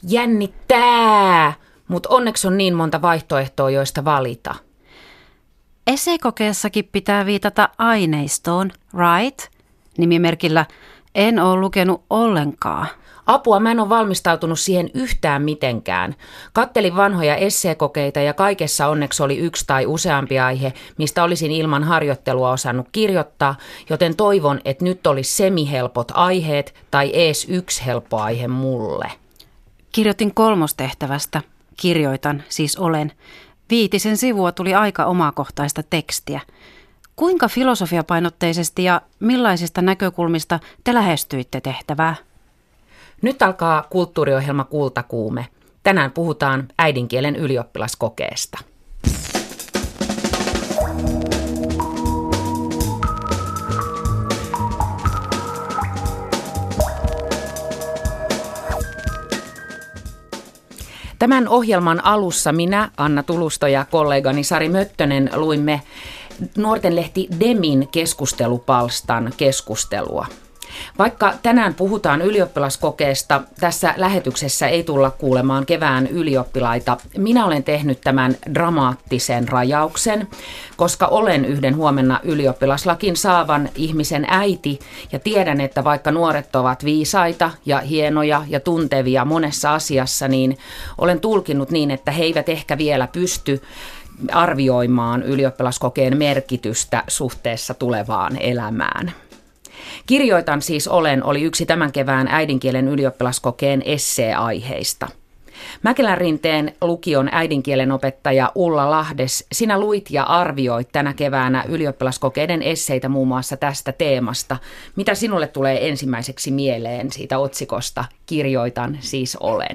Jännittää! Mutta onneksi on niin monta vaihtoehtoa, joista valita. Esseekokeessakin pitää viitata aineistoon, right? Nimimerkillä en ole lukenut ollenkaan. Apua, mä en ole valmistautunut siihen yhtään mitenkään. Kattelin vanhoja esseekokeita ja kaikessa onneksi oli yksi tai useampi aihe, mistä olisin ilman harjoittelua osannut kirjoittaa, joten toivon, että nyt olisi semihelpot aiheet tai ees yksi helppo aihe mulle. Kirjoitin 3. tehtävästä. Kirjoitan, siis olen. 5 sivua tuli aika omakohtaista tekstiä. Kuinka filosofiapainotteisesti ja millaisista näkökulmista te lähestyitte tehtävää? Nyt alkaa kulttuuriohjelma Kultakuume. Tänään puhutaan äidinkielen ylioppilaskokeesta. Tämän ohjelman alussa minä, Anna Tulusto ja kollegani Sari Möttönen luimme nuortenlehti Demin keskustelupalstan keskustelua. Vaikka tänään puhutaan ylioppilaskokeesta, tässä lähetyksessä ei tulla kuulemaan kevään ylioppilaita. Minä olen tehnyt tämän dramaattisen rajauksen, koska olen yhden huomenna ylioppilaslakin saavan ihmisen äiti ja tiedän, että vaikka nuoret ovat viisaita ja hienoja ja tuntevia monessa asiassa, niin olen tulkinnut niin, että he eivät ehkä vielä pysty arvioimaan ylioppilaskokeen merkitystä suhteessa tulevaan elämään. Kirjoitan siis olen oli yksi tämän kevään äidinkielen ylioppilaskokeen esseeaiheista. Mäkelänrinteen lukion äidinkielen opettaja Ulla Lahdes, sinä luit ja arvioit tänä keväänä ylioppilaskokeiden esseitä muun muassa tästä teemasta. Mitä sinulle tulee ensimmäiseksi mieleen siitä otsikosta Kirjoitan siis olen?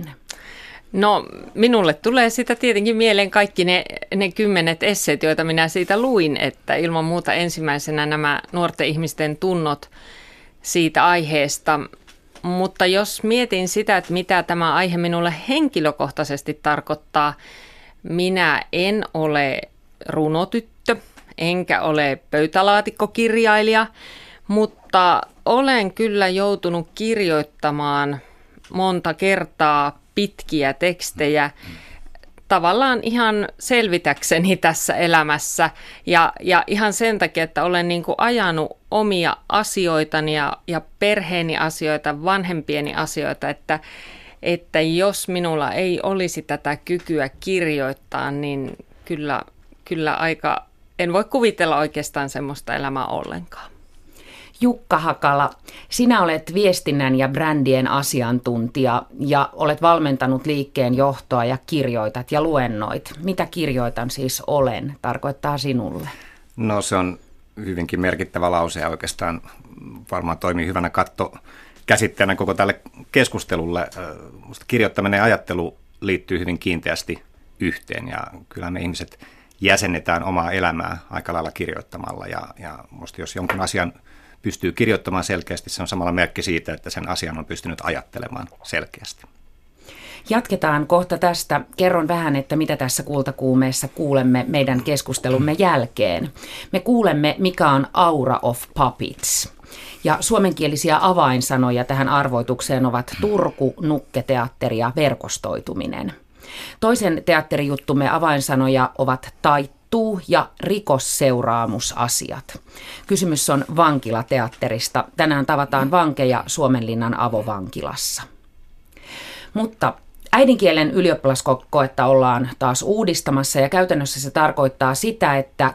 No minulle tulee sitä tietenkin mieleen kaikki ne 10 esseet, joita minä siitä luin, että ilman muuta ensimmäisenä nämä nuorten ihmisten tunnot siitä aiheesta. Mutta jos mietin sitä, että mitä tämä aihe minulle henkilökohtaisesti tarkoittaa, minä en ole runotyttö, enkä ole pöytälaatikkokirjailija, mutta olen kyllä joutunut kirjoittamaan monta kertaa pitkiä tekstejä tavallaan ihan selvitäkseni tässä elämässä ja ihan sen takia, että olen niin kuin ajanut omia asioitani ja perheeni asioita, vanhempieni asioita, että jos minulla ei olisi tätä kykyä kirjoittaa, niin kyllä en voi kuvitella oikeastaan semmoista elämää ollenkaan. Jukka Hakala, sinä olet viestinnän ja brändien asiantuntija ja olet valmentanut liikkeen johtoa ja kirjoitat ja luennoit. Mitä kirjoitan siis olen tarkoittaa sinulle? No se on hyvinkin merkittävä lause ja oikeastaan varmaan toimii hyvänä käsitteenä koko tälle keskustelulle. Musta kirjoittaminen ja ajattelu liittyy hyvin kiinteästi yhteen ja kyllä me ihmiset jäsennetään omaa elämää aika lailla kirjoittamalla ja musta jos jonkun asian pystyy kirjoittamaan selkeästi, se on samalla merkki siitä, että sen asian on pystynyt ajattelemaan selkeästi. Jatketaan kohta tästä. Kerron vähän, että mitä tässä Kultakuumeessa kuulemme meidän keskustelumme jälkeen. Me kuulemme, mikä on Aura of Puppets. Ja suomenkielisiä avainsanoja tähän arvoitukseen ovat Turku, nukketeatteri ja verkostoituminen. Toisen teatterijuttumme avainsanoja ovat taittu ja rikosseuraamusasiat. Kysymys on vankilateatterista. Tänään tavataan vankeja Suomenlinnan avovankilassa. Mutta äidinkielen ylioppilaskoetta ollaan taas uudistamassa ja käytännössä se tarkoittaa sitä, että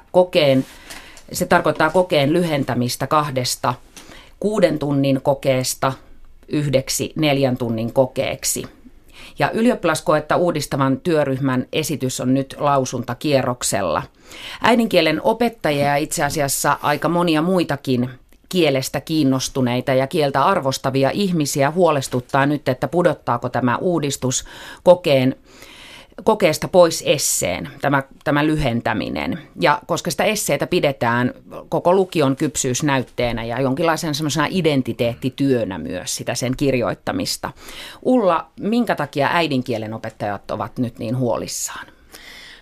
kokeen lyhentämistä 2 6 tunnin kokeesta 1 4 tunnin kokeeksi. Ja ylioppilaskoetta uudistavan työryhmän esitys on nyt lausuntakierroksella. Äidinkielen opettajia ja itse asiassa aika monia muitakin kielestä kiinnostuneita ja kieltä arvostavia ihmisiä huolestuttaa nyt, että pudottaako tämä uudistus kokeesta pois esseen, tämä lyhentäminen. Ja koska sitä esseitä pidetään koko lukion kypsyysnäytteenä ja jonkinlaisen semmoisena identiteettityönä myös sitä sen kirjoittamista. Ulla, minkä takia äidinkielen opettajat ovat nyt niin huolissaan?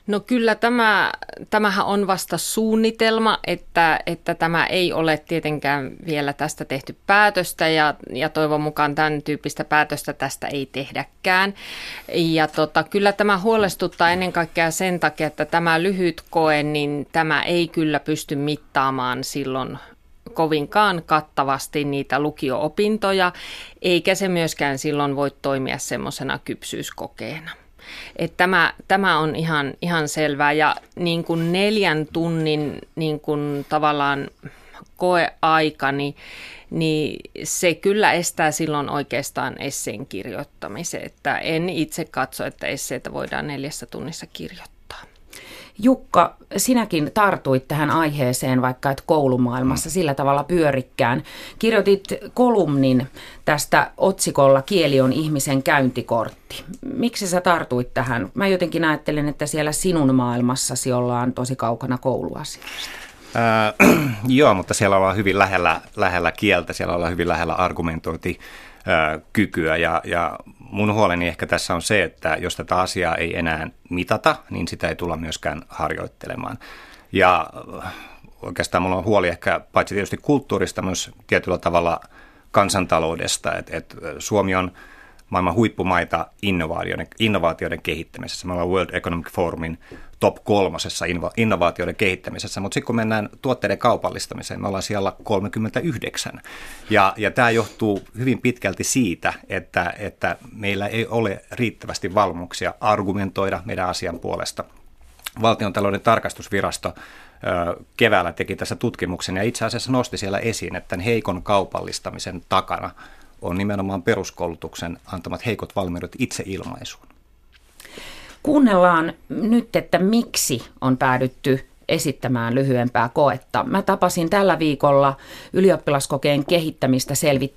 No kyllä tämähän on vasta suunnitelma, että tämä ei ole tietenkään vielä tästä tehty päätöstä ja toivon mukaan tämän tyyppistä päätöstä tästä ei tehdäkään. Ja kyllä tämä huolestuttaa ennen kaikkea sen takia, että tämä lyhyt koe, niin tämä ei kyllä pysty mittaamaan silloin kovinkaan kattavasti niitä lukio-opintoja, eikä se myöskään silloin voi toimia semmoisena kypsyyskokeena. Että tämä on ihan selvää ja niin kuin 4 tunnin niin kuin tavallaan koeaika, niin se kyllä estää silloin oikeastaan esseen kirjoittamisen. Että en itse katso, että esseitä voidaan 4 tunnissa kirjoittaa. Jukka, sinäkin tartuit tähän aiheeseen, vaikka et koulumaailmassa sillä tavalla pyörikkään. Kirjoitit kolumnin tästä otsikolla Kieli on ihmisen käyntikortti. Miksi sä tartuit tähän? Mä jotenkin ajattelen, että siellä sinun maailmassasi ollaan tosi kaukana kouluasioista. Joo, mutta siellä ollaan hyvin lähellä kieltä, siellä ollaan hyvin lähellä argumentointikykyä ja mun huoleni ehkä tässä on se, että jos tätä asiaa ei enää mitata, niin sitä ei tulla myöskään harjoittelemaan. Ja oikeastaan mulla on huoli ehkä paitsi tietysti kulttuurista, myös tietyllä tavalla kansantaloudesta, että Suomi on maailman huippumaita innovaatioiden kehittämisessä. Me ollaan World Economic Forumin top 3 innovaatioiden kehittämisessä, mutta sitten kun mennään tuotteiden kaupallistamiseen, me ollaan siellä 39. Ja tämä johtuu hyvin pitkälti siitä, että meillä ei ole riittävästi valmiuksia argumentoida meidän asian puolesta. Valtiontalouden tarkastusvirasto keväällä teki tässä tutkimuksen ja itse asiassa nosti siellä esiin, että tämän heikon kaupallistamisen takana on nimenomaan peruskoulutuksen antamat heikot valmiudet itseilmaisuun. Kuunnellaan nyt, että miksi on päädytty esittämään lyhyempää koetta. Mä tapasin tällä viikolla ylioppilaskokeen kehittämistä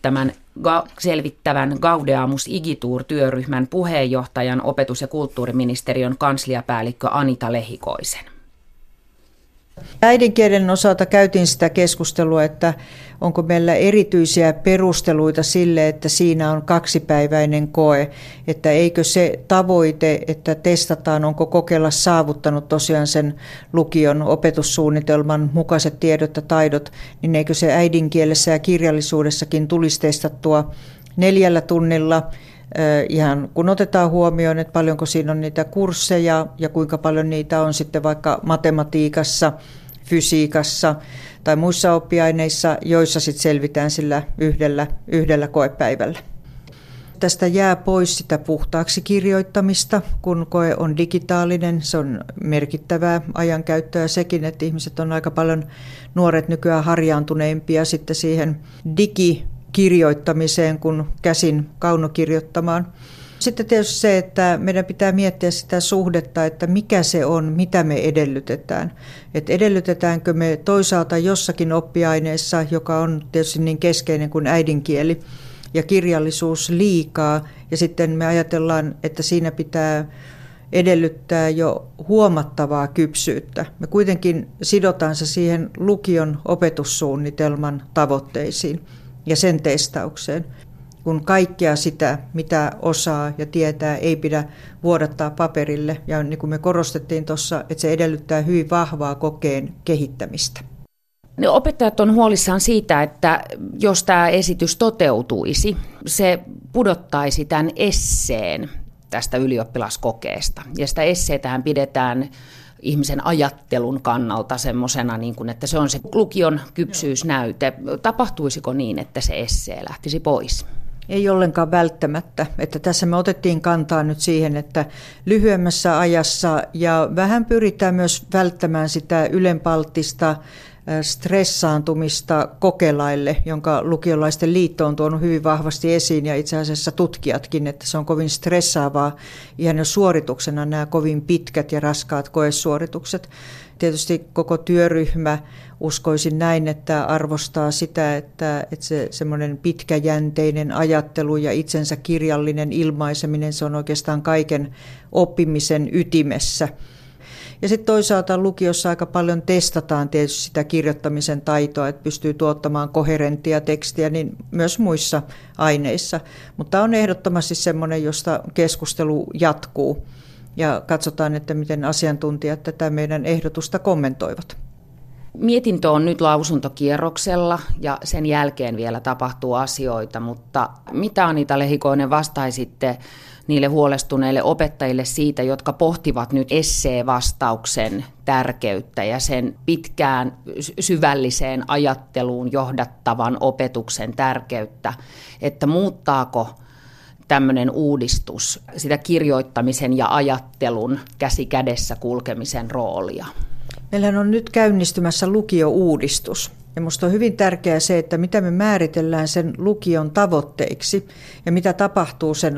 selvittävän Gaudeamus Igitur-työryhmän puheenjohtajan opetus- ja kulttuuriministeriön kansliapäällikkö Anita Lehikoisen. Äidinkielen osalta käytiin sitä keskustelua, että onko meillä erityisiä perusteluita sille, että siinä on 2-päiväinen koe, että eikö se tavoite, että testataan, onko kokeilla saavuttanut tosiaan sen lukion opetussuunnitelman mukaiset tiedot ja taidot, niin eikö se äidinkielessä ja kirjallisuudessakin tulisi testattua 4 tunnilla, ihan kun otetaan huomioon, että paljonko siinä on niitä kursseja ja kuinka paljon niitä on sitten vaikka matematiikassa, fysiikassa tai muissa oppiaineissa, joissa sitten selvitään sillä yhdellä koepäivällä. Tästä jää pois sitä puhtaaksi kirjoittamista, kun koe on digitaalinen. Se on merkittävää ajankäyttöä sekin, että ihmiset on aika paljon nuoret nykyään harjaantuneimpia sitten siihen digikirjoittamiseen kuin käsin kaunokirjoittamaan. Sitten tietysti se, että meidän pitää miettiä sitä suhdetta, että mikä se on, mitä me edellytetään. Että edellytetäänkö me toisaalta jossakin oppiaineessa, joka on tietysti niin keskeinen kuin äidinkieli ja kirjallisuus liikaa. Ja sitten me ajatellaan, että siinä pitää edellyttää jo huomattavaa kypsyyttä. Me kuitenkin sidotaan se siihen lukion opetussuunnitelman tavoitteisiin ja sen testaukseen, kun kaikkea sitä, mitä osaa ja tietää, ei pidä vuodattaa paperille. Ja niin kuin me korostettiin tuossa, että se edellyttää hyvin vahvaa kokeen kehittämistä. Opettajat on huolissaan siitä, että jos tämä esitys toteutuisi, se pudottaisi tämän esseen tästä ylioppilaskokeesta. Ja sitä esseetähän pidetään ihmisen ajattelun kannalta semmoisena, niin kuin, että se on se lukion kypsyysnäyte. Tapahtuisiko niin, että se essee lähtisi pois? Ei ollenkaan välttämättä. Että tässä me otettiin kantaa nyt siihen, että lyhyemmässä ajassa ja vähän pyritään myös välttämään sitä ylenpalttista stressaantumista kokelaille, jonka lukiolaisten liitto on tuonut hyvin vahvasti esiin ja itse asiassa tutkijatkin, että se on kovin stressaavaa ihan jo suorituksena nämä kovin pitkät ja raskaat koesuoritukset. Tietysti koko työryhmä uskoisin näin, että arvostaa sitä, että se semmoinen pitkäjänteinen ajattelu ja itsensä kirjallinen ilmaiseminen, se on oikeastaan kaiken oppimisen ytimessä. Ja sitten toisaalta lukiossa aika paljon testataan tietysti sitä kirjoittamisen taitoa, että pystyy tuottamaan koherenttia tekstiä, niin myös muissa aineissa. Mutta on ehdottomasti semmoinen, josta keskustelu jatkuu. ja katsotaan, että miten asiantuntijat tätä meidän ehdotusta kommentoivat. Mietintö on nyt lausuntokierroksella ja sen jälkeen vielä tapahtuu asioita, mutta mitä Anita Lehikoinen vastaisitte niille huolestuneille opettajille siitä, jotka pohtivat nyt essee-vastauksen tärkeyttä ja sen pitkään syvälliseen ajatteluun johdattavan opetuksen tärkeyttä, että muuttaako tämmöinen uudistus sitä kirjoittamisen ja ajattelun käsi kädessä kulkemisen roolia? Meillähän on nyt käynnistymässä lukio-uudistus. Ja minusta on hyvin tärkeää se, että mitä me määritellään sen lukion tavoitteiksi ja mitä tapahtuu sen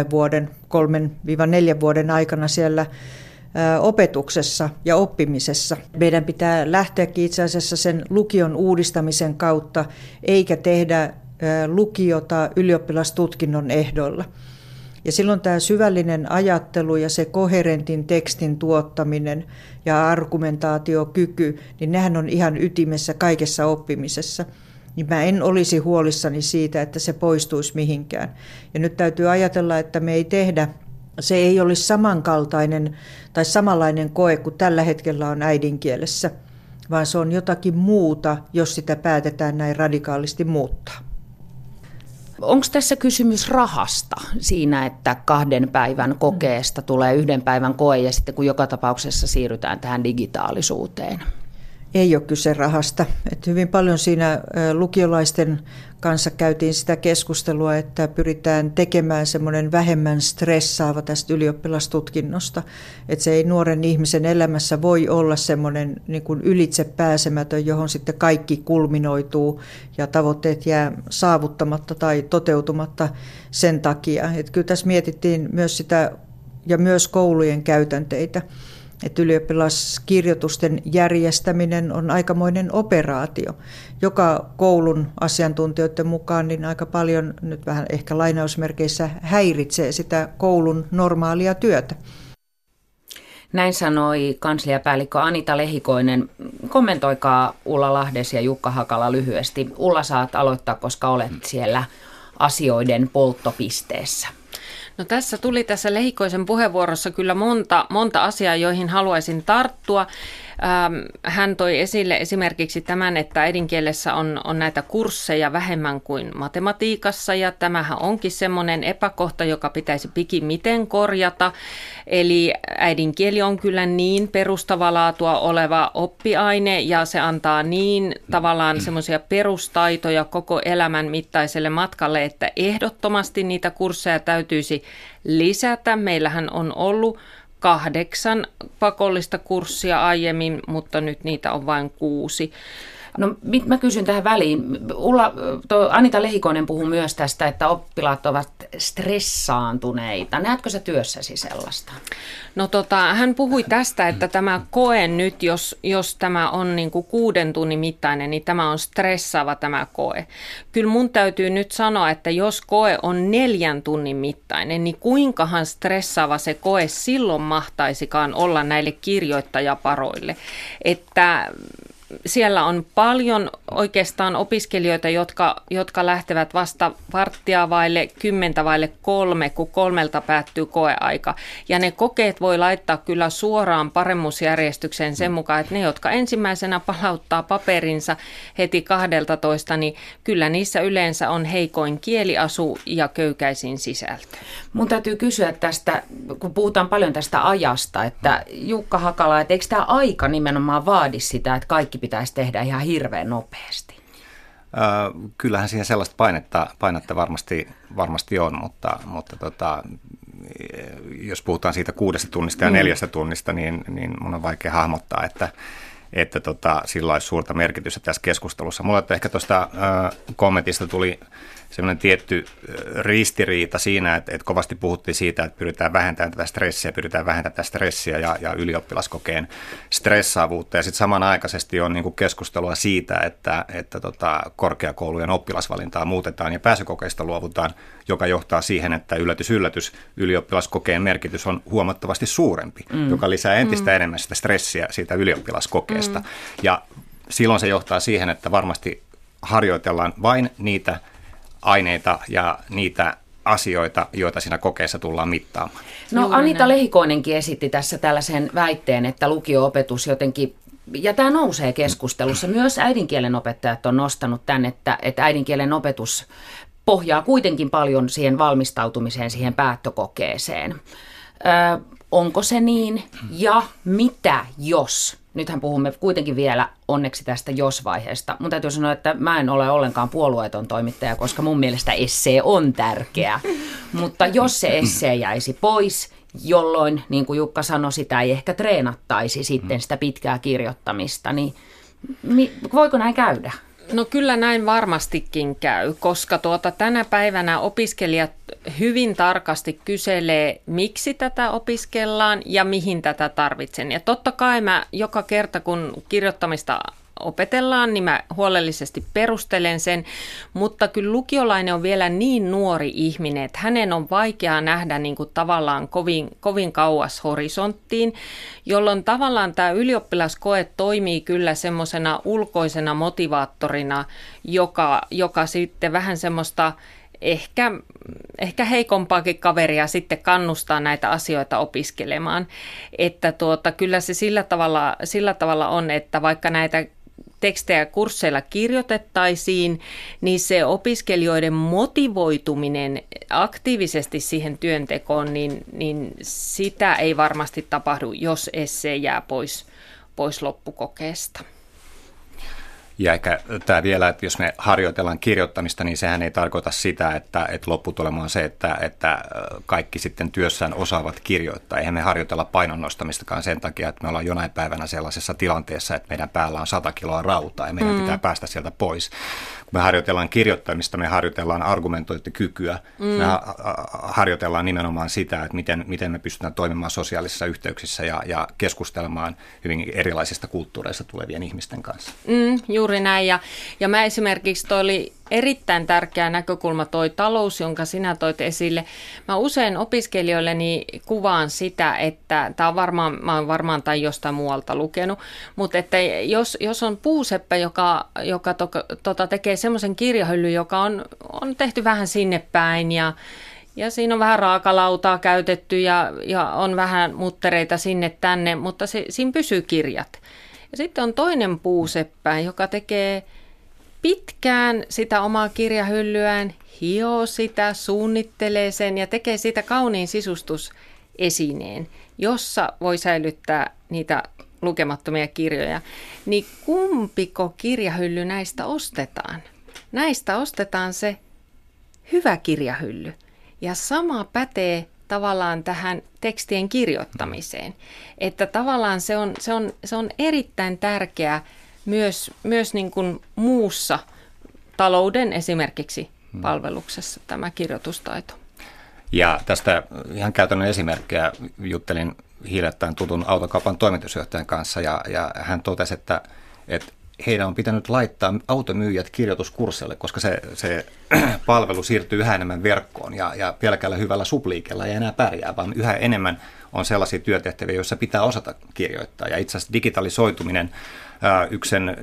3-4 vuoden aikana siellä opetuksessa ja oppimisessa. Meidän pitää lähteäkin itse asiassa sen lukion uudistamisen kautta, eikä tehdä lukiota ylioppilastutkinnon ehdoilla. Ja silloin tämä syvällinen ajattelu ja se koherentin tekstin tuottaminen ja argumentaatiokyky, niin nehän on ihan ytimessä kaikessa oppimisessa. Niin mä en olisi huolissani siitä, että se poistuisi mihinkään. Ja nyt täytyy ajatella, että me ei tehdä, se ei olisi samankaltainen tai samanlainen koe kuin tällä hetkellä on äidinkielessä, vaan se on jotakin muuta, jos sitä päätetään näin radikaalisti muuttaa. Onko tässä kysymys rahasta siinä, että 2 päivän kokeesta tulee 1 päivän koe ja sitten kun joka tapauksessa siirrytään tähän digitaalisuuteen? Ei ole kyse rahasta. Että hyvin paljon siinä lukiolaisten kanssa käytiin sitä keskustelua, että pyritään tekemään semmoinen vähemmän stressaava tästä ylioppilastutkinnosta. Että se ei nuoren ihmisen elämässä voi olla semmoinen niin kuin ylitsepääsemätön, johon sitten kaikki kulminoituu ja tavoitteet jää saavuttamatta tai toteutumatta sen takia. Että kyllä tässä mietittiin myös sitä ja myös koulujen käytänteitä. Että ylioppilaskirjoitusten järjestäminen on aikamoinen operaatio, joka koulun asiantuntijoiden mukaan niin aika paljon, nyt vähän ehkä lainausmerkeissä, häiritsee sitä koulun normaalia työtä. Näin sanoi kansliapäällikkö Anita Lehikoinen. Kommentoikaa Ulla Lahdes ja Jukka Hakala lyhyesti. Ulla, saat aloittaa, koska olet siellä asioiden polttopisteessä. No tässä tuli tässä Lehikoisen puheenvuorossa kyllä monta asiaa, joihin haluaisin tarttua. Hän toi esille esimerkiksi tämän, että äidinkielessä on näitä kursseja vähemmän kuin matematiikassa, ja tämähän onkin semmoinen epäkohta, joka pitäisi pikimmiten korjata. Eli äidinkieli on kyllä niin perustavaa laatua oleva oppiaine, ja se antaa niin tavallaan semmoisia perustaitoja koko elämän mittaiselle matkalle, että ehdottomasti niitä kursseja täytyisi lisätä. Meillähän on ollut 8 pakollista kurssia aiemmin, mutta nyt niitä on vain 6. No mä kysyn tähän väliin. Anita Lehikoinen puhui myös tästä, että oppilaat ovat stressaantuneita. Näetkö sä työssäsi sellaista? No hän puhui tästä, että tämä koe nyt, jos tämä on niin kuin 6 tunnin mittainen, niin tämä on stressaava tämä koe. Kyllä mun täytyy nyt sanoa, että jos koe on 4 tunnin mittainen, niin kuinkahan stressaava se koe silloin mahtaisikaan olla näille kirjoittajaparoille, että siellä on paljon oikeastaan opiskelijoita, jotka lähtevät vasta 2:10 kun 3 päättyy koeaika. Ja ne kokeet voi laittaa kyllä suoraan paremmuusjärjestykseen sen mukaan, että ne, jotka ensimmäisenä palauttaa paperinsa heti 12, niin kyllä niissä yleensä on heikoin kieliasu ja köykäisin sisältö. Mun täytyy kysyä tästä, kun puhutaan paljon tästä ajasta, että Jukka Hakala, että eikö tämä aika nimenomaan vaadi sitä, että kaikki pitäisi tehdä ihan hirveän nopeasti? Kyllähän siihen sellaista painetta varmasti on, mutta jos puhutaan siitä 6 tunnista ja 4 tunnista, niin mun on vaikea hahmottaa, että sillä olisi suurta merkitystä tässä keskustelussa. Mulla ehkä tuosta kommentista tuli sellainen tietty ristiriita siinä, että kovasti puhuttiin siitä, että pyritään vähentämään tätä stressiä ja ylioppilaskokeen stressaavuutta. Ja sitten samanaikaisesti on niinku keskustelua siitä, että korkeakoulujen oppilasvalintaa muutetaan ja pääsykokeista luovutaan, joka johtaa siihen, että yllätys, ylioppilaskokeen merkitys on huomattavasti suurempi, joka lisää entistä enemmän sitä stressiä siitä ylioppilaskokeesta. Ja silloin se johtaa siihen, että varmasti harjoitellaan vain niitä aineita ja niitä asioita, joita siinä kokeessa tullaan mittaamaan. No Juuri Anita näin. Lehikoinenkin esitti tässä tällaisen väitteen, että lukio-opetus jotenkin, ja tämä nousee keskustelussa, myös äidinkielen opettajat on nostanut tämän, että äidinkielen opetus pohjaa kuitenkin paljon siihen valmistautumiseen, siihen päättökokeeseen. Onko se niin? Ja mitä jos? Nythän puhumme kuitenkin vielä onneksi tästä jos-vaiheesta. Mun täytyy sanoa, että mä en ole ollenkaan puolueeton toimittaja, koska mun mielestä essee on tärkeä. Mutta jos se essee jäisi pois, jolloin, niin kuin Jukka sanoi, sitä ei ehkä treenattaisi sitten sitä pitkää kirjoittamista, niin voiko näin käydä? No kyllä näin varmastikin käy, koska tänä päivänä opiskelijat hyvin tarkasti kyselee, miksi tätä opiskellaan ja mihin tätä tarvitsen. Ja totta kai mä joka kerta, kun kirjoittamista opetellaan, niin mä huolellisesti perustelen sen, mutta kyllä lukiolainen on vielä niin nuori ihminen, että hänen on vaikeaa nähdä niin kuin tavallaan kovin kauas horisonttiin, jolloin tavallaan tämä ylioppilaskoe toimii kyllä semmoisena ulkoisena motivaattorina, joka sitten vähän semmoista ehkä heikompaakin kaveria sitten kannustaa näitä asioita opiskelemaan, että kyllä se sillä tavalla on, että vaikka näitä tekstejä kursseilla kirjoitettaisiin, niin se opiskelijoiden motivoituminen aktiivisesti siihen työntekoon, niin sitä ei varmasti tapahdu, jos essee jää pois loppukokeesta. Ja ehkä tämä vielä, että jos me harjoitellaan kirjoittamista, niin sehän ei tarkoita sitä, että lopputulema on se, että kaikki sitten työssään osaavat kirjoittaa. Eihän me harjoitella painon nostamistakaan sen takia, että me ollaan jonain päivänä sellaisessa tilanteessa, että meidän päällä on 100 kiloa rautaa ja meidän pitää päästä sieltä pois. Kun me harjoitellaan kirjoittamista, me harjoitellaan argumentointikykyä. Me harjoitellaan nimenomaan sitä, että miten me pystytään toimimaan sosiaalisissa yhteyksissä ja keskustelemaan hyvin erilaisista kulttuureista tulevien ihmisten kanssa. Juuri näin. Ja mä esimerkiksi toi oli erittäin tärkeä näkökulma toi talous, jonka sinä toit esille. Mä usein opiskelijoilleni kuvaan sitä, että mä oon varmaan tai jostain muualta lukenut, mutta että jos on puuseppä, joka tekee semmoisen kirjahyllyn, joka on tehty vähän sinne päin ja siinä on vähän raakalautaa käytetty ja on vähän muttereita sinne tänne, mutta siinä pysyy kirjat. Ja sitten on toinen puuseppä, joka tekee pitkään sitä omaa kirjahyllyään, hioo sitä, suunnittelee sen ja tekee siitä kauniin sisustusesineen, jossa voi säilyttää niitä lukemattomia kirjoja. Niin kumpiko kirjahylly näistä ostetaan? Näistä ostetaan se hyvä kirjahylly. Ja sama pätee tavallaan tähän tekstien kirjoittamiseen. Että tavallaan se on erittäin tärkeää myös niin kuin muussa talouden esimerkiksi palveluksessa tämä kirjoitustaito. Ja tästä ihan käytännön esimerkkejä juttelin hiljattain tutun autokaupan toimitusjohtajan kanssa ja hän totesi, että heidän on pitänyt laittaa automyyjät kirjoituskursseille, koska se palvelu siirtyy yhä enemmän verkkoon ja pelkällä hyvällä supliikella ei enää pärjää, vaan yhä enemmän on sellaisia työtehtäviä, joissa pitää osata kirjoittaa. Ja itse asiassa digitalisoituminen yksi sen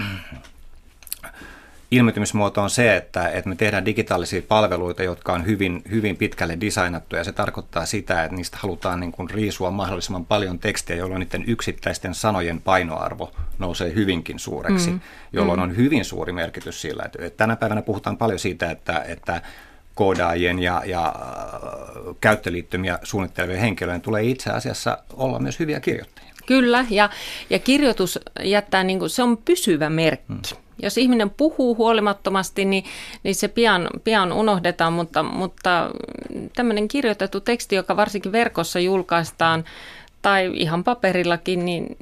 ilmetymismuoto on se, että me tehdään digitaalisia palveluita, jotka on hyvin, hyvin pitkälle designattuja. Se tarkoittaa sitä, että niistä halutaan niin kuin riisua mahdollisimman paljon tekstiä, jolloin niiden yksittäisten sanojen painoarvo nousee hyvinkin suureksi, jolloin on hyvin suuri merkitys sillä. Että tänä päivänä puhutaan paljon siitä, että koodaajien ja käyttöliittymiä suunnittelevien henkilöiden tulee itse asiassa olla myös hyviä kirjoittajia. Kyllä, ja kirjoitus jättää, niin kuin, se on pysyvä merkki. Jos ihminen puhuu huolimattomasti, niin se pian unohdetaan, mutta tämmöinen kirjoitettu teksti, joka varsinkin verkossa julkaistaan tai ihan paperillakin, niin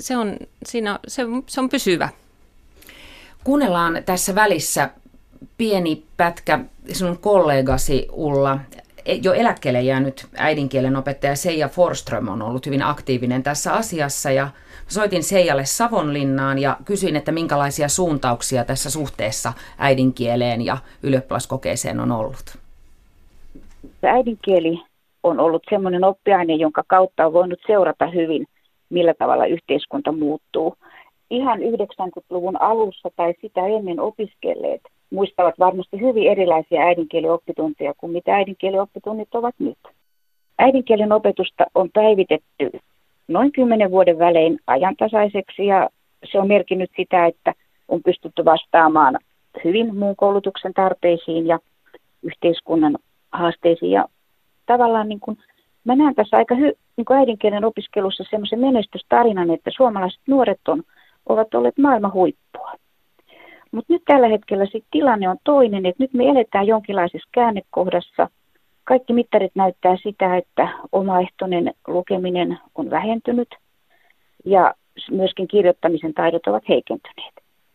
se on pysyvä. Kuunnellaan tässä välissä pieni pätkä sinun kollegasi Ulla. Jo eläkkeelle jäänyt äidinkielen opettaja Seija Forström on ollut hyvin aktiivinen tässä asiassa ja soitin Seijalle Savonlinnaan ja kysyin, että minkälaisia suuntauksia tässä suhteessa äidinkieleen ja ylioppilaskokeeseen on ollut. Äidinkieli on ollut semmoinen oppiaine, jonka kautta on voinut seurata hyvin, millä tavalla yhteiskunta muuttuu. Ihan 90-luvun alussa tai sitä ennen opiskelleet muistavat varmasti hyvin erilaisia äidinkielen oppitunteja kuin mitä äidinkielen oppitunnit ovat nyt. Äidinkielen opetusta on päivitetty noin 10 vuoden välein ajantasaiseksi ja se on merkinnyt sitä, että on pystytty vastaamaan hyvin muun koulutuksen tarpeisiin ja yhteiskunnan haasteisiin. Ja tavallaan niin kuin, mä näen tässä aika niin kuin äidinkielen opiskelussa semmoisen menestystarinan, että suomalaiset nuoret ovat olleet maailman huippua. Mutta nyt tällä hetkellä sit tilanne on toinen, että nyt me eletään jonkinlaisessa käännekohdassa. Kaikki mittarit näyttää sitä, että omaehtoinen lukeminen on vähentynyt ja myöskin kirjoittamisen taidot ovat heikentyneet.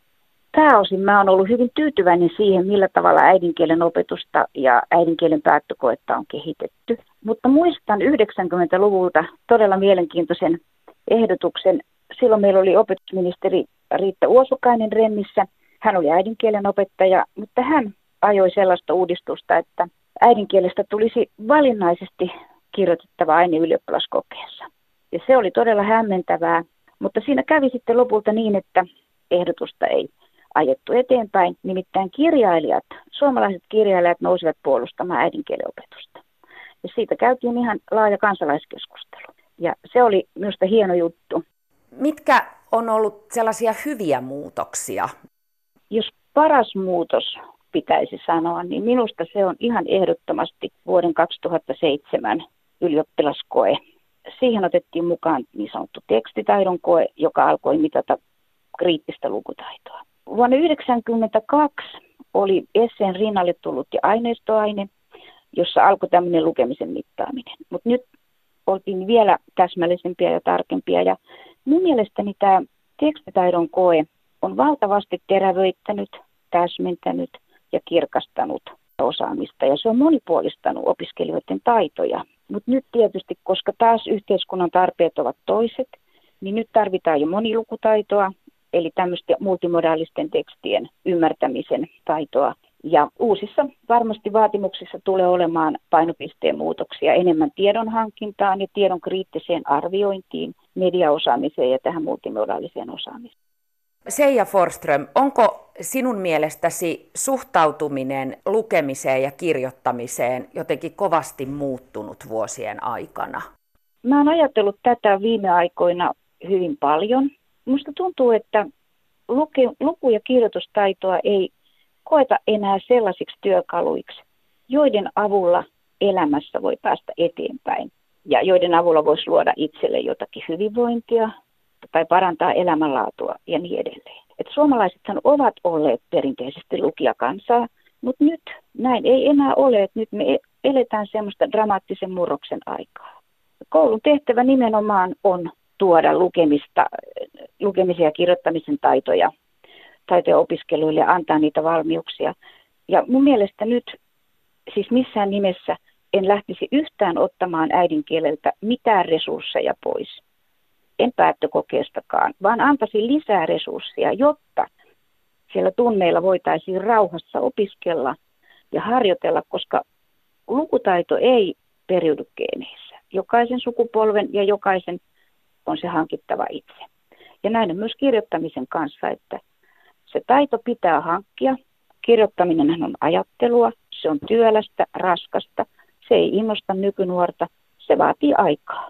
Pääosin mä oon ollut hyvin tyytyväinen siihen, millä tavalla äidinkielen opetusta ja äidinkielen päättökoetta on kehitetty. Mutta muistan 90-luvulta todella mielenkiintoisen ehdotuksen. Silloin meillä oli opetusministeri Riitta Uosukainen Remmissä. Hän oli äidinkielen opettaja, mutta hän ajoi sellaista uudistusta, että äidinkielestä tulisi valinnaisesti kirjoitettava aine ylioppilaskokeessa. Ja se oli todella hämmentävää, mutta siinä kävi sitten lopulta niin, että ehdotusta ei ajettu eteenpäin. Nimittäin suomalaiset kirjailijat nousivat puolustamaan äidinkielen opetusta. Ja siitä käytiin ihan laaja kansalaiskeskustelu. Ja se oli minusta hieno juttu. Mitkä on ollut sellaisia hyviä muutoksia? Jos paras muutos pitäisi sanoa, niin minusta se on ihan ehdottomasti vuoden 2007 ylioppilaskoe. Siihen otettiin mukaan niin sanottu tekstitaidon koe, joka alkoi mitata kriittistä lukutaitoa. Vuonna 1992 oli esseen rinnalle tullut ja aineistoaine, jossa alkoi tämmöinen lukemisen mittaaminen. Mutta nyt oltiin vielä täsmällisempiä ja tarkempia. Ja minun mielestäni tämä tekstitaidon koe on valtavasti terävöittänyt, täsmentänyt ja kirkastanut osaamista. Ja se on monipuolistanut opiskelijoiden taitoja. Mutta nyt tietysti, koska taas yhteiskunnan tarpeet ovat toiset, niin nyt tarvitaan jo monilukutaitoa, eli tämmöistä multimodaalisten tekstien ymmärtämisen taitoa. Ja uusissa varmasti vaatimuksissa tulee olemaan painopisteen muutoksia enemmän tiedon hankintaan ja tiedon kriittiseen arviointiin, mediaosaamiseen ja tähän multimodaaliseen osaamiseen. Seija Forsström, onko sinun mielestäsi suhtautuminen lukemiseen ja kirjoittamiseen jotenkin kovasti muuttunut vuosien aikana? Mä oon ajatellut tätä viime aikoina hyvin paljon. Minusta tuntuu, että luku- ja kirjoitustaitoa ei koeta enää sellaisiksi työkaluiksi, joiden avulla elämässä voi päästä eteenpäin ja joiden avulla voisi luoda itselle jotakin hyvinvointia tai parantaa elämänlaatua ja niin edelleen. Et suomalaisethan ovat olleet perinteisesti lukijakansaa, mutta nyt näin ei enää ole. Et nyt me eletään semmoista dramaattisen murroksen aikaa. Koulun tehtävä nimenomaan on tuoda lukemisen ja kirjoittamisen taitoja opiskeluille ja antaa niitä valmiuksia. Ja mun mielestä nyt siis missään nimessä en lähtisi yhtään ottamaan äidinkieleltä mitään resursseja pois. En päättökokeestakaan, vaan antaisin lisää resursseja, jotta siellä tunneilla voitaisiin rauhassa opiskella ja harjoitella, koska lukutaito ei periydy geeneissä. Jokaisen sukupolven ja jokaisen on se hankittava itse. Ja näin on myös kirjoittamisen kanssa, että se taito pitää hankkia. Kirjoittaminen on ajattelua, se on työlästä, raskasta, se ei innosta nykynuorta, se vaatii aikaa.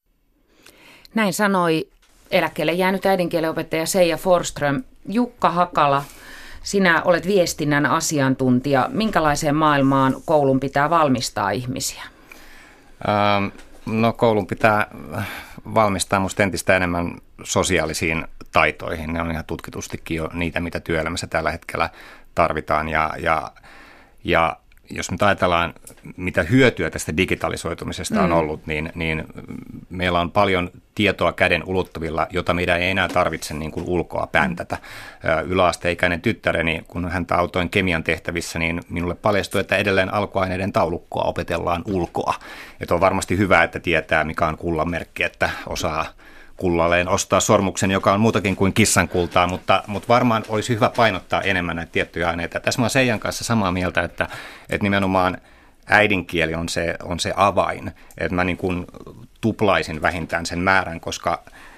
Näin sanoi eläkkeelle jäänyt äidinkielenopettaja Seija Forsström. Jukka Hakala, sinä olet viestinnän asiantuntija. Minkälaiseen maailmaan koulun pitää valmistaa ihmisiä? No koulun pitää valmistaa musta entistä enemmän sosiaalisiin taitoihin. Ne on ihan tutkitustikin jo niitä, mitä työelämässä tällä hetkellä tarvitaan. Ja jos nyt ajatellaan, mitä hyötyä tästä digitalisoitumisesta on ollut, niin meillä on paljon tietoa käden ulottuvilla, jota meidän ei enää tarvitse niin kuin ulkoa päntätä. Yläasteikäinen tyttäreni, kun häntä autoin kemian tehtävissä, niin minulle paljastui, että edelleen alkuaineiden taulukkoa opetellaan ulkoa. Että on varmasti hyvä, että tietää, mikä on kullanmerkki, että osaa kullalleen ostaa sormuksen, joka on muutakin kuin kissankultaa, mutta varmaan olisi hyvä painottaa enemmän näitä tiettyjä aineita. Tässä mä oon Seijan kanssa samaa mieltä, että nimenomaan äidinkieli on se avain, että mä niin kuin tuplaisin vähintään sen määrän, koska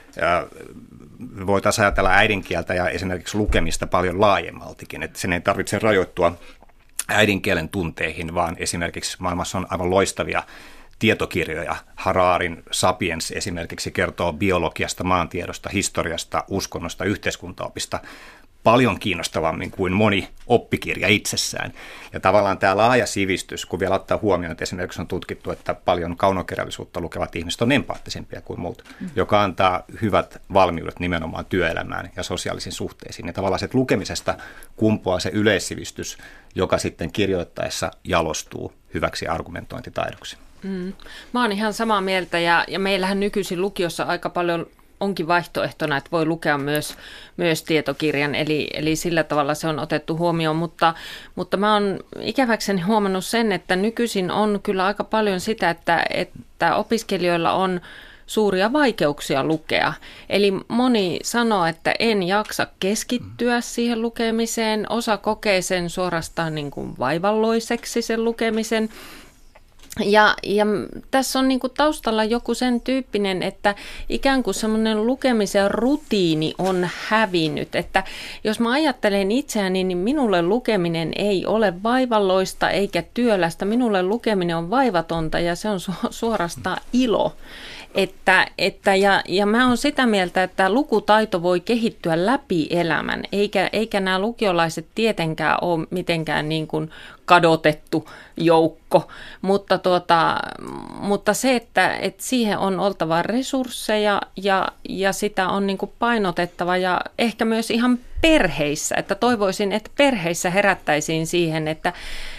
voitaisiin ajatella äidinkieltä ja esimerkiksi lukemista paljon laajemmaltikin, että sen ei tarvitse rajoittua äidinkielen tunteihin, vaan esimerkiksi maailmassa on aivan loistavia tietokirjoja. Hararin Sapiens esimerkiksi kertoo biologiasta, maantiedosta, historiasta, uskonnosta, yhteiskuntaopista paljon kiinnostavammin kuin moni oppikirja itsessään. Ja tavallaan tämä laaja sivistys, kun vielä ottaa huomioon, että esimerkiksi on tutkittu, että paljon kaunokirjallisuutta lukevat ihmiset on empaattisempia kuin muut, joka antaa hyvät valmiudet nimenomaan työelämään ja sosiaalisiin suhteisiin. Ja tavallaan se lukemisesta kumpuaa se yleissivistys, joka sitten kirjoittaessa jalostuu hyväksi argumentointitaidoksi. Mä oon ihan samaa mieltä ja meillähän nykyisin lukiossa aika paljon onkin vaihtoehtona, että voi lukea myös tietokirjan, eli sillä tavalla se on otettu huomioon, mutta mä oon ikäväkseni huomannut sen, että nykyisin on kyllä aika paljon sitä, että opiskelijoilla on suuria vaikeuksia lukea. Eli moni sanoo, että en jaksa keskittyä siihen lukemiseen, osa kokee sen suorastaan niin kuin vaivalloiseksi sen lukemisen. Ja tässä on niin kuin taustalla joku sen tyyppinen, että ikään kuin semmoinen lukemisen rutiini on hävinnyt. Että jos mä ajattelen itseäni, niin minulle lukeminen ei ole vaivalloista eikä työlästä. Minulle lukeminen on vaivatonta ja se on suorastaan ilo. Ja mä oon sitä mieltä, että lukutaito voi kehittyä läpi elämän, eikä nämä lukiolaiset tietenkään ole mitenkään niin kuin kadotettu joukko, mutta se, että siihen on oltava resursseja ja sitä on niin kuin painotettava ja ehkä myös ihan perheissä, että toivoisin, että perheissä herättäisiin siihen, että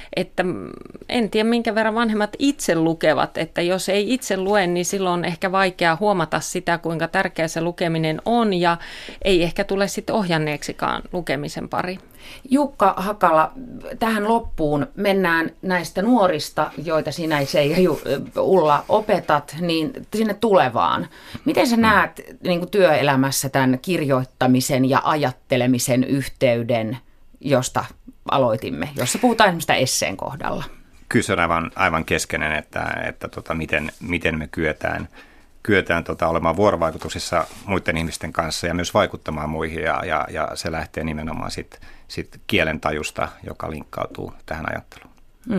en tiedä minkä verran vanhemmat itse lukevat, että jos ei itse lue, niin silloin on ehkä vaikea huomata sitä, kuinka tärkeä se lukeminen on ja ei ehkä tule sitten ohjanneeksikaan lukemisen pari. Jukka Hakala, tähän loppuun mennään näistä nuorista, joita sinä ja Ulla opetat, niin sinne tulevaan. Miten sä näet niin kuin työelämässä tämän kirjoittamisen ja ajattelemisen yhteyden, josta aloitimme, jossa puhutaan esimerkiksi esseen kohdalla? Kyllä se on aivan keskeinen, että miten me kyetään olemaan vuorovaikutuksissa muiden ihmisten kanssa ja myös vaikuttamaan muihin ja se lähtee nimenomaan sit kielen tajusta, joka linkkautuu tähän ajatteluun.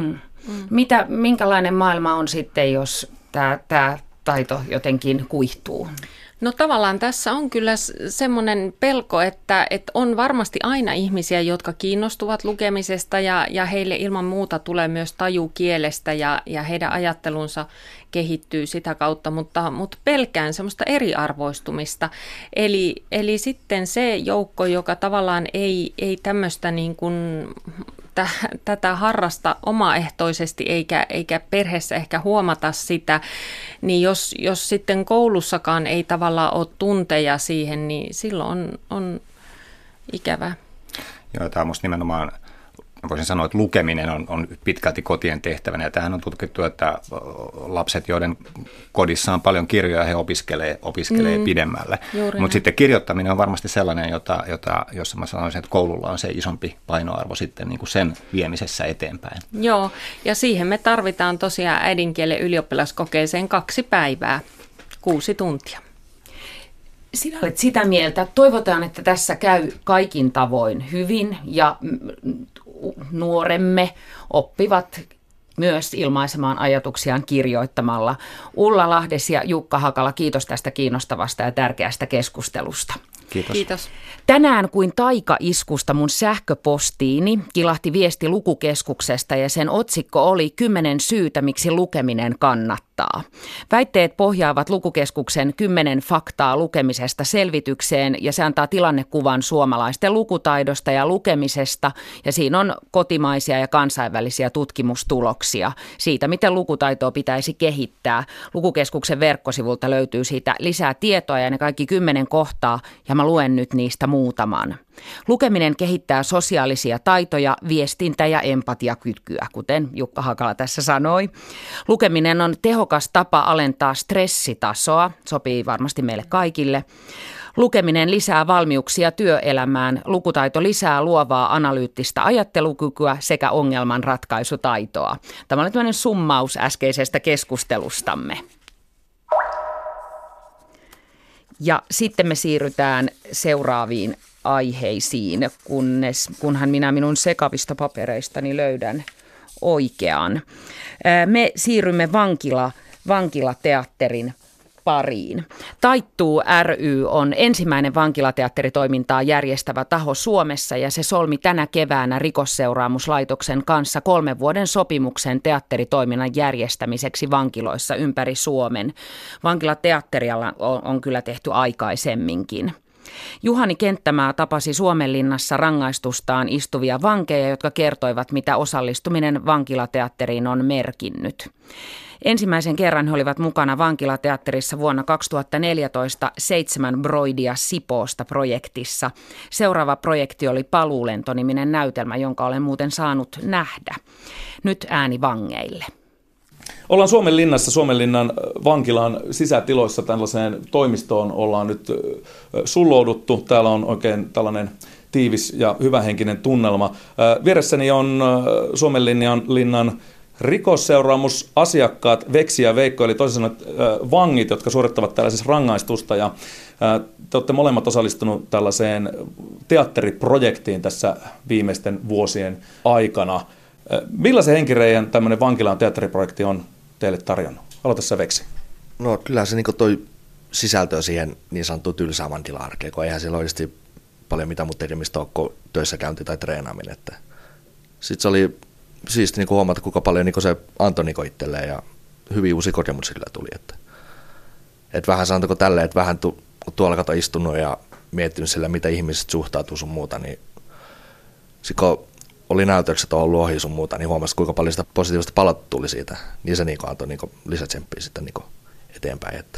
Minkälainen maailma on sitten, jos tämä taito jotenkin kuihtuu? No tavallaan tässä on kyllä semmoinen pelko, että on varmasti aina ihmisiä, jotka kiinnostuvat lukemisesta ja heille ilman muuta tulee myös taju kielestä ja heidän ajattelunsa kehittyy sitä kautta, mutta pelkään semmoista eriarvoistumista. Eli sitten se joukko, joka tavallaan ei tämmöistä niin kuin tätä harrasta omaehtoisesti eikä perheessä ehkä huomata sitä, niin jos sitten koulussakaan ei tavallaan ole tunteja siihen, niin silloin on ikävää. Joo, tämä on musta nimenomaan, voisin sanoa, että lukeminen on pitkälti kotien tehtävänä. Ja tämähän on tutkittu, että lapset, joiden kodissa on paljon kirjoja, he opiskelee pidemmälle. Mutta sitten kirjoittaminen on varmasti sellainen, jossa mä sanoisin, että koululla on se isompi painoarvo sitten niin kuin sen viemisessä eteenpäin. Joo, ja siihen me tarvitaan tosiaan äidinkielen ylioppilaskokeeseen 2 päivää, 6 tuntia. Sinä olet sitä mieltä. Toivotaan, että tässä käy kaikin tavoin hyvin ja nuoremme oppivat myös ilmaisemaan ajatuksiaan kirjoittamalla. Ulla Lahdes ja Jukka Hakala, kiitos tästä kiinnostavasta ja tärkeästä keskustelusta. Kiitos. Tänään kuin taikaiskusta mun sähköpostiini kilahti viesti Lukukeskuksesta ja sen otsikko oli 10 syytä, miksi lukeminen kannattaa. Väitteet pohjaavat Lukukeskuksen 10 faktaa lukemisesta selvitykseen ja se antaa tilannekuvan suomalaisten lukutaidosta ja lukemisesta ja siinä on kotimaisia ja kansainvälisiä tutkimustuloksia siitä, miten lukutaitoa pitäisi kehittää. Lukukeskuksen verkkosivulta löytyy siitä lisää tietoa ja ne kaikki 10 kohtaa ja mä luen nyt niistä muutaman. Lukeminen kehittää sosiaalisia taitoja, viestintä- ja empatiakykyä, kuten Jukka Hakala tässä sanoi. Lukeminen on tehokas tapa alentaa stressitasoa, sopii varmasti meille kaikille. Lukeminen lisää valmiuksia työelämään, lukutaito lisää luovaa analyyttistä ajattelukykyä sekä ongelmanratkaisutaitoa. Tämä oli tämmöinen summaus äskeisestä keskustelustamme. Ja sitten me siirrytään seuraaviin aiheisiin, kunhan minä minun sekavista papereistani löydän oikean. Me siirrymme vankilateatterin pariin. Taittuu ry on ensimmäinen vankilateatteritoimintaa järjestävä taho Suomessa ja se solmi tänä keväänä Rikosseuraamuslaitoksen kanssa 3 vuoden sopimuksen teatteritoiminnan järjestämiseksi vankiloissa ympäri Suomen. Vankilateatterialla on kyllä tehty aikaisemminkin. Juhani Kenttämaa tapasi Suomenlinnassa rangaistustaan istuvia vankeja, jotka kertoivat, mitä osallistuminen vankilateatteriin on merkinnyt. Ensimmäisen kerran he olivat mukana vankilateatterissa vuonna 2014 7 Broidia Sipoosta -projektissa. Seuraava projekti oli Paluulento-niminen näytelmä, jonka olen muuten saanut nähdä. Nyt ääni vangeille. Ollaan Suomenlinnassa, Suomenlinnan vankilan sisätiloissa tällaiseen toimistoon ollaan nyt sullouduttu. Täällä on oikein tällainen tiivis ja hyvähenkinen tunnelma. Vieressäni on Suomenlinnan rikosseuraamusasiakkaat Veksi ja Veikko, eli toisin sanoen vangit, jotka suorittavat tällaisessa rangaistusta. Ja te olette molemmat osallistunut tällaiseen teatteriprojektiin tässä viimeisten vuosien aikana. Millaisen henkireiän tämmöinen vankilan teatteriprojekti on teille tarjonnut? Aloita sä, Veksi. No kyllä se niin toi sisältöä siihen niin sanottuun tylsään vankila-arkeen, kun eihän siellä oikeasti paljon mitään muuta tekemistä ole kuin töissäkäynti tai treenaaminen. Sitten se oli siisti niin huomata, kuinka paljon niin se antoi niin itselleen ja hyvin uusia kokemuksia tuli. Että vähän sanotaanko tälleen, että vähän kun tuolla kato istunut ja miettinyt sillä, mitä ihmiset suhtautuu sun muuta, niin kun oli näytökset ollut ohi sun muuta, niin huomasi, kuinka paljon sitä positiivista palautetta tuli siitä. Niin se antoi lisätsemppiä sitten eteenpäin. Että.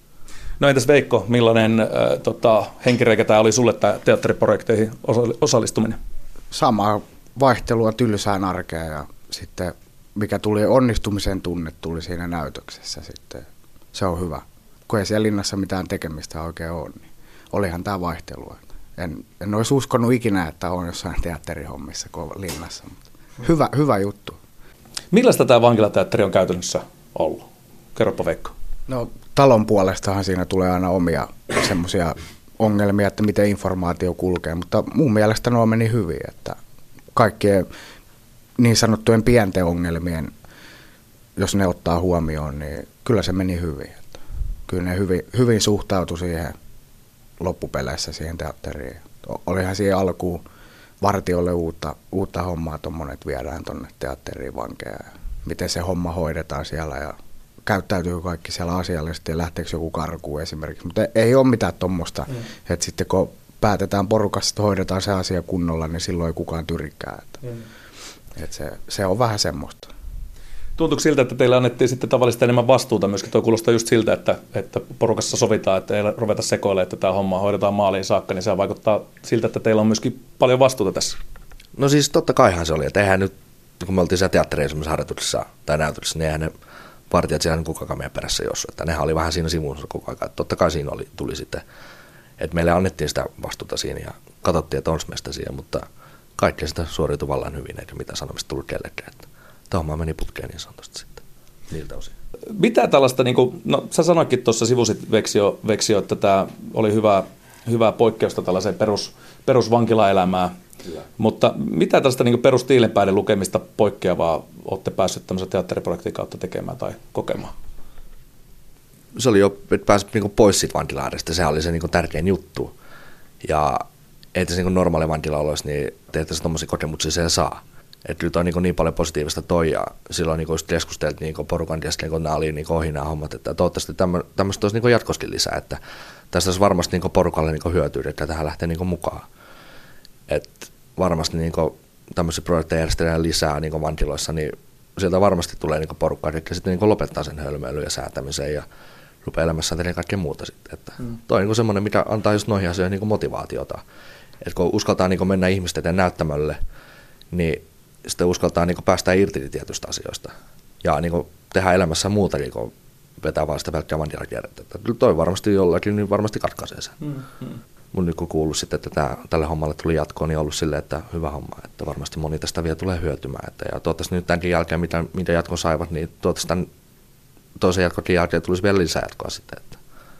No entäs Veikko, millainen henkireikä tämä oli sulle tämä teatteriprojekteihin osallistuminen? Sama vaihtelua tylsään arkeen ja sitten mikä tuli onnistumisen tunne tuli siinä näytöksessä sitten. Se on hyvä. Kun ei siellä linnassa mitään tekemistä oikein ole, niin olihan tämä vaihtelua. En olisi uskonut ikinä, että on jossain teatterihommissa linnassa, mutta hyvä juttu. Millaista tämä vankilateatteri on käytännössä ollut? Kerropa Veikko. No talon puolestahan siinä tulee aina omia semmoisia ongelmia, että miten informaatio kulkee, mutta mun mielestä nuo meni hyvin, että kaikkien niin sanottujen pienten ongelmien, jos ne ottaa huomioon, niin kyllä se meni hyvin. Että kyllä ne hyvin suhtautui siihen loppupeleissä siihen teatteriin. Olihan siihen alkuun vartijoille uutta hommaa tuommoinen, että viedään tuonne teatteriin vankeja ja miten se homma hoidetaan siellä ja käyttäytyy kaikki siellä asiallisesti ja lähteekö joku karkuun esimerkiksi. Mutta ei ole mitään tuommoista, että sitten kun päätetään porukassa, että hoidetaan se asia kunnolla, niin silloin ei kukaan tyrikää. Että se on vähän semmoista. Tuntuuko siltä, että teille annettiin sitten tavallista enemmän vastuuta myöskin? Tuo kuulostaa just siltä, että porukassa sovitaan, että ei ruveta sekoilemaan, että tämä homma hoidetaan maaliin saakka, niin se vaikuttaa siltä, että teillä on myöskin paljon vastuuta tässä. No siis totta kaihan se oli, että eihän nyt, kun me oltiin siellä teattereissa semmoisessa harjoituksessa tai näytöksessä, niin eihän ne partijat siellä kukaan meidän perässä jossain, että nehän oli vähän siinä sivuunsa koko ajan. Totta kai siinä tuli sitten, että meille annettiin sitä vastuuta siinä ja katsottiin, että on meistä siihen, mutta kaikki sitä suoriutui vallan hyvin, eikä mitään sanomista tullut kellekään. Tämä meni putkeen niin sanotusti sitten niiltä osin. Mitä tällaista, no sä sanoitkin tuossa sivusit Veksio, että tämä oli hyvää poikkeusta tällaiseen perusvankilaelämään, mutta mitä tällaista perustiilenpäiden lukemista poikkeavaa olette päässeet tämmöisen teatteriprojektin kautta tekemään tai kokemaan? Se oli jo, että pääsit pois siitä vankilaaresta, sehän oli se tärkein juttu. Ja ei tässä normaali vankilaoloissa, niin teette se tommosia kokemuksia siellä saa. Että nyt on niin paljon positiivista toi ja silloin just keskusteltiin porukan kesken, kun nämä oli ohi nämä hommat, että toivottavasti tämmöistä olisi jatkoskin lisää, että tästä olisi varmasti porukalle hyötyä, että tähän lähtee mukaan. Että varmasti tämmöisiä projekteja järjestetään lisää vankiloissa, niin sieltä varmasti tulee porukkaa, jotka sitten lopettaa sen hölmöilyn ja säätämisen ja rupeaa elämässään tekemään kaikkea muuta sitten. Että toi on semmoinen, mikä antaa just noihin asioihin motivaatiota. Että kun uskaltaa mennä ihmisten eteen näyttämölle, niin sitten uskaltaa päästä irti tietystä asioista ja tehdä elämässä muutakin, kun vetää vaan sitä pelkkää vankilakierrettä. Toi varmasti jollakin niin varmasti katkaisee sen. Mun nyt kun kuullut sitten, että tälle hommalle tuli jatkoon, niin on ollut silleen, että hyvä homma, että varmasti moni tästä vielä tulee hyötymään. Ja toivottavasti nyt tämänkin jälkeen, mitä jatkon saivat, niin toivottavasti tämän toisen jatkokin jälkeen tulisi vielä lisää jatkoa sitten. Että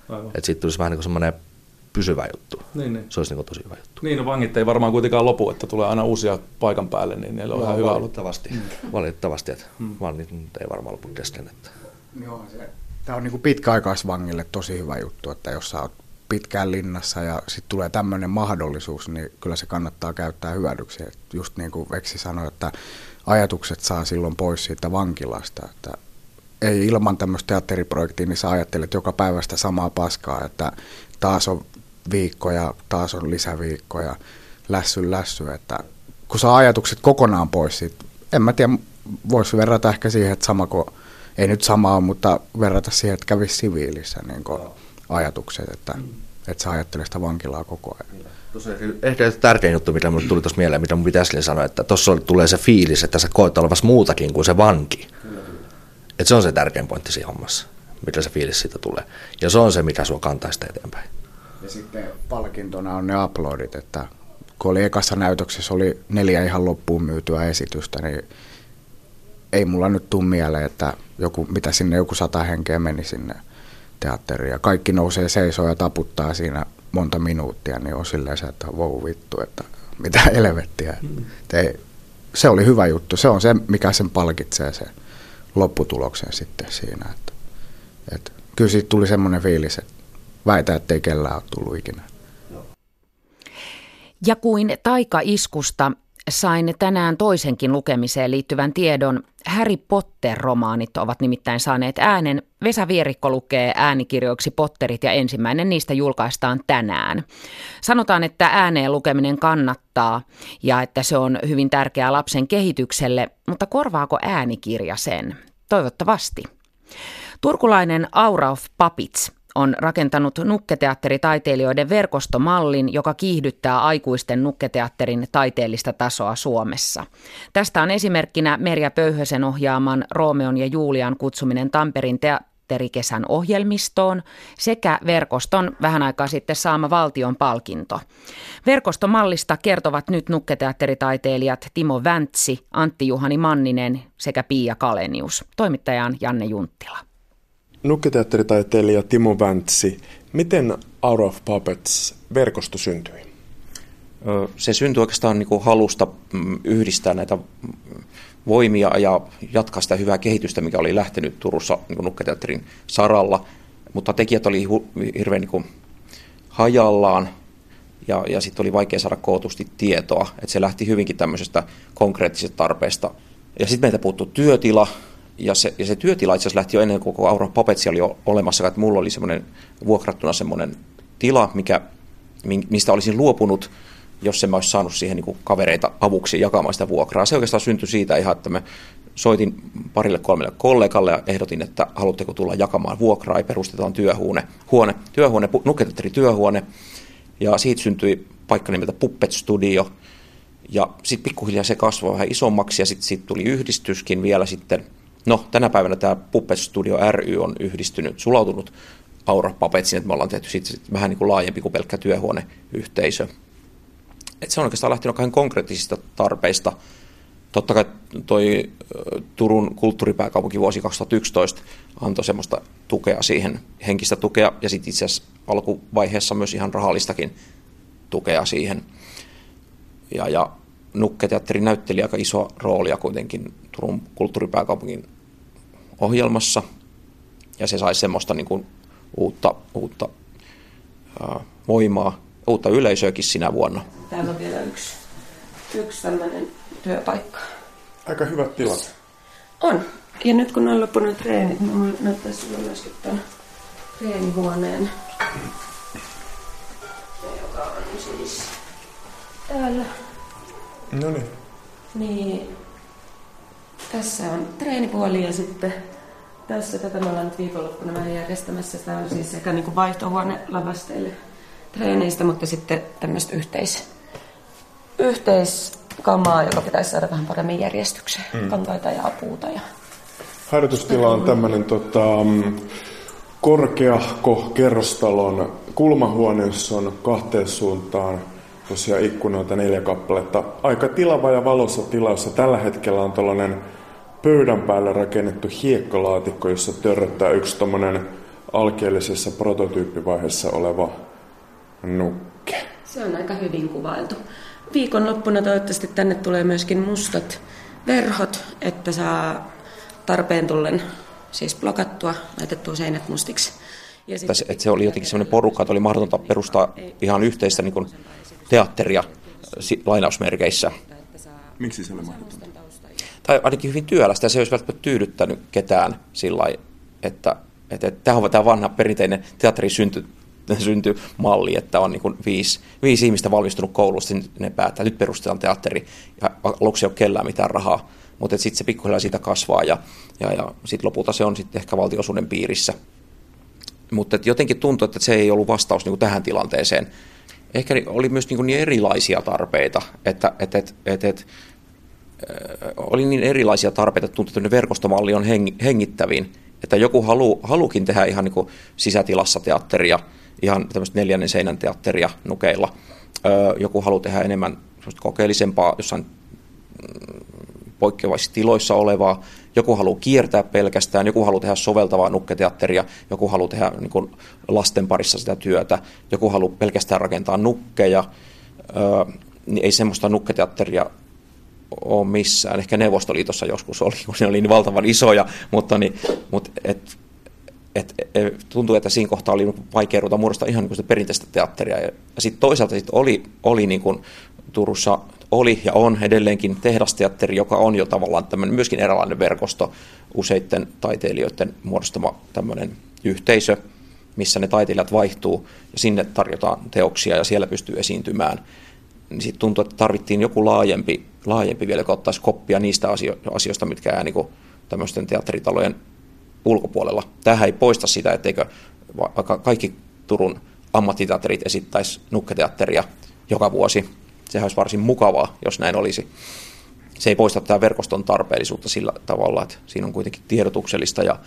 Että siitä tulisi vähän niin kuin semmoinen pysyvä juttu. Niin. Se olisi niin kuin tosi hyvä juttu. Niin, no vangit ei varmaan kuitenkaan lopu, että tulee aina uusia paikan päälle, niin niillä on ihan hyvä ollut. Valitettavasti, että vangit ei varmaan lopu kesken. Tämä on niin kuin pitkäaikaisvangille tosi hyvä juttu, että jos sä oot pitkään linnassa ja sitten tulee tämmöinen mahdollisuus, niin kyllä se kannattaa käyttää hyödyksi. Et just niin kuin Veksi sanoi, että ajatukset saa silloin pois siitä vankilasta. Että ei ilman tämmöistä teatteriprojektia, niin sä ajattelet joka päivästä samaa paskaa, että taas on viikkoja, taas on lisäviikkoja, lässy. Että kun saa ajatukset kokonaan pois siitä, en mä tiedä, voisi verrata ehkä siihen, että sama kuin, ei nyt samaa, mutta verrata siihen, että kävisi siviilissä niin ajatukset, että sä ajattelet sitä vankilaa koko ajan. Ehkä tärkein juttu, mitä minulle tuli tuossa mieleen, mitä mun pitäisi sanoa, että tuossa tulee se fiilis, että sä koet olevasi muutakin kuin se vanki. Että se on se tärkein pointti siinä hommassa, mitä se fiilis siitä tulee. Ja se on se, mikä sua kantaa sitä eteenpäin. Ja sitten palkintona on ne uploadit, että kun oli ekassa näytöksessä oli 4 ihan loppuun myytyä esitystä, niin ei mulla nyt tule mieleen, että joku 100 henkeä meni sinne teatteriin ja kaikki nousee seisoo ja taputtaa siinä monta minuuttia, niin on silleen se, että vau vittu, että mitä helvettiä. Se oli hyvä juttu, se on se, mikä sen palkitsee se lopputuloksen sitten siinä. Että kyllä siitä tuli semmoinen fiilis, että väitä, ettei kellään ole tullut ikinä. Ja kuin taikaiskusta sain tänään toisenkin lukemiseen liittyvän tiedon. Harry Potter-romaanit ovat nimittäin saaneet äänen. Vesa Vierikko lukee äänikirjoiksi Potterit ja ensimmäinen niistä julkaistaan tänään. Sanotaan, että ääneen lukeminen kannattaa ja että se on hyvin tärkeää lapsen kehitykselle, mutta korvaako äänikirja sen? Toivottavasti. Turkulainen Aura of Puppets on rakentanut nukketeatteritaiteilijoiden verkostomallin, joka kiihdyttää aikuisten nukketeatterin taiteellista tasoa Suomessa. Tästä on esimerkkinä Merja Pöyhösen ohjaaman Roomeon ja Julian kutsuminen Tampereen teatterikesän ohjelmistoon sekä verkoston vähän aikaa sitten saama valtion palkinto. Verkostomallista kertovat nyt nukketeatteritaiteilijat Timo Väntsi, Antti-Juhani Manninen sekä Pia Kalenius. Toimittaja on Janne Junttila. Nukketeatteritaiteilija Timo Väntsi, miten Aura of Puppets -verkosto syntyi? Se syntyi oikeastaan niin kuin halusta yhdistää näitä voimia ja jatkaa sitä hyvää kehitystä, mikä oli lähtenyt Turussa niin kuin nukketeatterin saralla, mutta tekijät oli hirveän niin kuin hajallaan ja sitten oli vaikea saada kootusti tietoa, että se lähti hyvinkin tämmöisestä konkreettisesta tarpeesta. Ja sitten meiltä puuttui työtila. Ja se työtila itse asiassa lähti jo ennen kuin koko Aura of Puppets oli jo olemassa, että mulla oli semmoinen vuokrattuna semmoinen tila, mistä olisin luopunut, jos en mä olisi saanut siihen niin kuin kavereita avuksi jakamaan sitä vuokraa. Se oikeastaan syntyi siitä ihan, että mä soitin 2-3 kollegalle ja ehdotin, että haluatteko tulla jakamaan vuokraa ja perustetaan nukketeatterityöhuone. Ja siitä syntyi paikka nimeltä Puppet Studio. Ja sitten pikkuhiljaa se kasvoi vähän isommaksi ja sitten tuli yhdistyskin vielä sitten. No, tänä päivänä tämä Puppet Studio ry on sulautunut Aura of Puppetsiin, että me ollaan tehty sitten vähän niin kuin laajempi kuin pelkkä työhuoneyhteisö. Et se on oikeastaan lähtenyt kahden konkreettisista tarpeista. Totta kai toi Turun kulttuuripääkaupunki vuosi 2011 antoi semmoista tukea siihen, henkistä tukea, ja sitten itse asiassa alkuvaiheessa myös ihan rahallistakin tukea siihen. Ja nukketeatteri näytteli aika isoa roolia kuitenkin Turun kulttuuripääkaupungin ohjelmassa, ja se sai semmoista niin kuin uutta voimaa, uutta yleisöäkin sinä vuonna. Täällä on vielä yksi tämmöinen työpaikka. Aika hyvät tilat. On. Ja nyt kun on loppunut treenit, niin minulla näyttäisi sulla myöskin tuon treenihuoneen, joka on siis täällä. No niin. Niin. Tässä on treenipuoli ja sitten tätä me ollaan nyt viikonloppuna vähän järjestämässä. Tämä on siis sekä niin kuin vaihtohuone lavasteille treeneistä, mutta sitten tämmöistä yhteiskamaa, joka pitäisi saada vähän paremmin järjestykseen. Kankaita ja apuuta. Harjoitustila on tämmöinen korkeahko kerrostalon kulmahuoneessa on 2 suuntaan tosiaan ikkunoita 4 kappaletta. Aika tilava ja valossa tila, jossa tällä hetkellä on tällainen pöydän päälle rakennettu hiekkalaatikko, jossa törröttää yksi tommonen alkeellisessa prototyyppivaiheessa oleva nukke. Se on aika hyvin kuvailtu. Viikonloppuna toivottavasti tänne tulee myöskin mustat verhot, että saa tarpeen tullen siis blokattua, laitettua seinät mustiksi. Että se oli jotenkin sellainen porukka, että oli mahdotonta perustaa ihan yhteistä niin kuin teatteria lainausmerkeissä. Miksi se oli mahdotonta? Tai ainakin hyvin työlästä, ja se ei olisi välttämättä tyydyttänyt ketään sillä lailla, että tämä on tämä vanha perinteinen teatterin syntymalli, että on niin kuin viisi ihmistä valmistunut koulusta, ne päättää, nyt perustetaan teatteri, ja aluksi ei ole kellään mitään rahaa, mutta sitten se pikkuhiljaa siitä kasvaa, ja sitten lopulta se on sitten ehkä valtionosuuden piirissä. Mutta jotenkin tuntui, että se ei ollut vastaus niin kuin tähän tilanteeseen. Ehkä oli myös niin erilaisia tarpeita, että oli niin erilaisia tarpeita, että tuntui, että verkostomalli on hengittävin, että joku haluukin tehdä ihan niin kuin sisätilassa teatteria, ihan tämmöistä 4. seinän teatteria nukeilla. Joku haluaa tehdä enemmän kokeellisempaa, jossain poikkeavaisissa tiloissa olevaa. Joku haluaa kiertää pelkästään, joku haluaa tehdä soveltavaa nukketeatteria, joku haluaa tehdä niin kuin lasten parissa sitä työtä, joku haluaa pelkästään rakentaa nukkeja. Niin ei semmoista nukketeatteria ole missään. Ehkä Neuvostoliitossa joskus oli, kun ne oli niin valtavan isoja, mutta tuntuu, että siinä kohtaa oli vaikea ruveta muodostaa ihan niin kuin sitä perinteistä teatteria. Ja sitten toisaalta oli niin kuin Turussa oli ja on edelleenkin tehdasteatteri, joka on jo tavallaan tämmöinen myöskin eräänlainen verkosto, useiden taiteilijoiden muodostama tämmöinen yhteisö, missä ne taiteilijat vaihtuu ja sinne tarjotaan teoksia ja siellä pystyy esiintymään. Niin sitten tuntuu, että tarvittiin joku laajempi vielä, joka ottaisi koppia niistä asioista, mitkä jää niin kuin tämmöisten teatteritalojen ulkopuolella. Tämähän ei poista sitä, etteikö vaikka kaikki Turun ammattiteatterit esittäisi nukketeatteria joka vuosi. Sehän olisi varsin mukavaa, jos näin olisi. Se ei poista tätä verkoston tarpeellisuutta sillä tavalla, että siinä on kuitenkin tiedotuksellista ja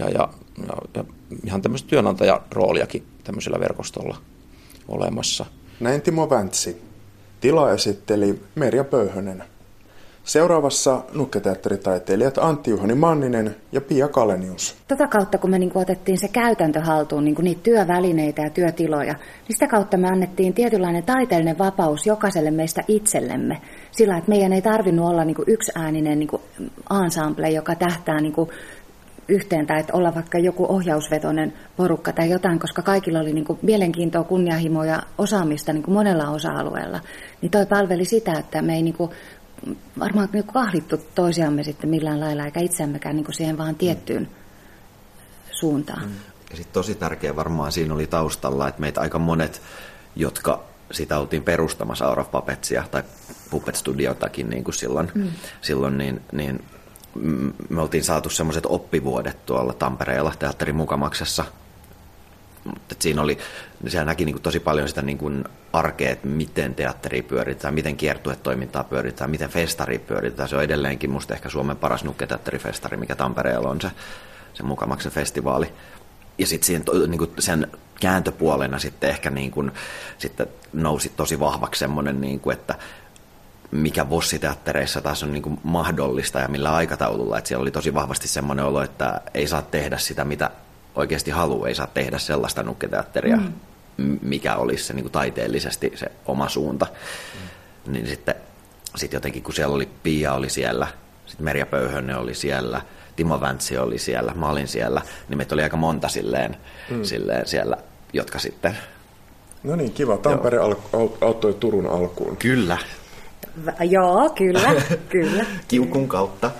ihan tämmöistä työnantajarooliakin tämmöisellä verkostolla olemassa. Näin Timo Väntsi. Tilaa esitteli Merja Pöyhönen. Seuraavassa nukketeatteritaiteilijat Antti-Juhani Manninen ja Pia Kalenius. Tätä kautta, kun me otettiin se käytäntö haltuun, niitä työvälineitä ja työtiloja, niin sitä kautta me annettiin tietynlainen taiteellinen vapaus jokaiselle meistä itsellemme. Sillä, että meidän ei tarvinnut olla yksiääninen ensemble, joka tähtää yhteen, tai että olla vaikka joku ohjausvetoinen porukka tai jotain, koska kaikilla oli mielenkiintoa, kunnianhimoa ja osaamista monella osa-alueella. Niin toi palveli sitä, että me ei varmaan kahlittu toisiamme sitten millään lailla, eikä itseämmekään siihen vaan tiettyyn suuntaan. Ja sitten tosi tärkeä varmaan siinä oli taustalla, että meitä aika monet, sitä oltiin perustamassa Hour of Puppetsia tai Puppet Studiotakin niin kuin silloin niin me oltiin saatu semmoiset oppivuodet tuolla Tampereella teatterin Mukamaksessa. Mutta siellä näki niin kuin tosi paljon sitä niin kuin arkea, että miten teatteria pyöritetään, miten kiertuetoimintaa pyöritetään, miten festaria pyöritetään. Se on edelleenkin musta ehkä Suomen paras nukketeatterifestari, mikä Tampereella on se Mukamaksen festivaali. Ja sitten niin sen kääntöpuolena sitten ehkä niin kuin, sitten nousi tosi vahvaksi semmoinen, niin kuin, että mikä bossiteattereissa taas on niin kuin mahdollista ja millä aikataululla. Että siellä oli tosi vahvasti semmoinen olo, että ei saa tehdä sitä, mitä oikeasti haluaa, ei saa tehdä sellaista nukketeatteria, mikä olisi se niin kuin taiteellisesti se oma suunta. Niin sitten jotenkin, kun siellä oli Pia oli siellä, sitten Merja Pöyhönen oli siellä, Timo Väntsi oli siellä, mä olin siellä, niin meitä oli aika monta silleen siellä, jotka sitten... No niin, kiva. Tampere auttoi Turun alkuun. Kyllä. Joo, kyllä. Kiukun kautta.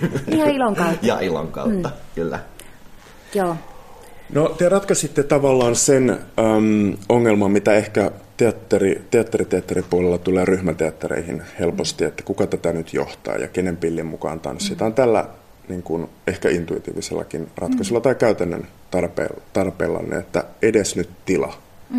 Ja ilon kautta, kyllä. Joo. No te ratkaisitte tavallaan sen ongelman, mitä ehkä teatteripuolella tulee ryhmäteattereihin helposti, että kuka tätä nyt johtaa ja kenen pillin mukaan tanssitaan. Tällä niin kuin ehkä intuitiivisellakin ratkaisulla tai käytännön tarpeellanne, että edes nyt tila.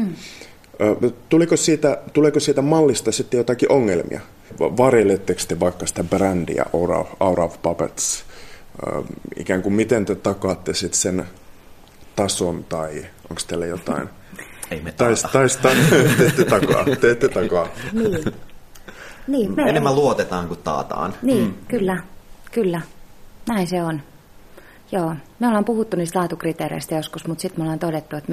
Tuleeko siitä mallista sitten jotakin ongelmia? Varjeletteko te vaikka sitä brändiä Hour of Puppets? Ikään kuin miten te takaatte sitten sen tason tai onko teillä jotain? Ei me taata. Te ette takaa. Niin, enemmän luotetaan kuin taataan. Niin, kyllä. Näin se on. Joo, me ollaan puhuttu niistä laatukriteereistä joskus, mutta sitten me ollaan todettu, että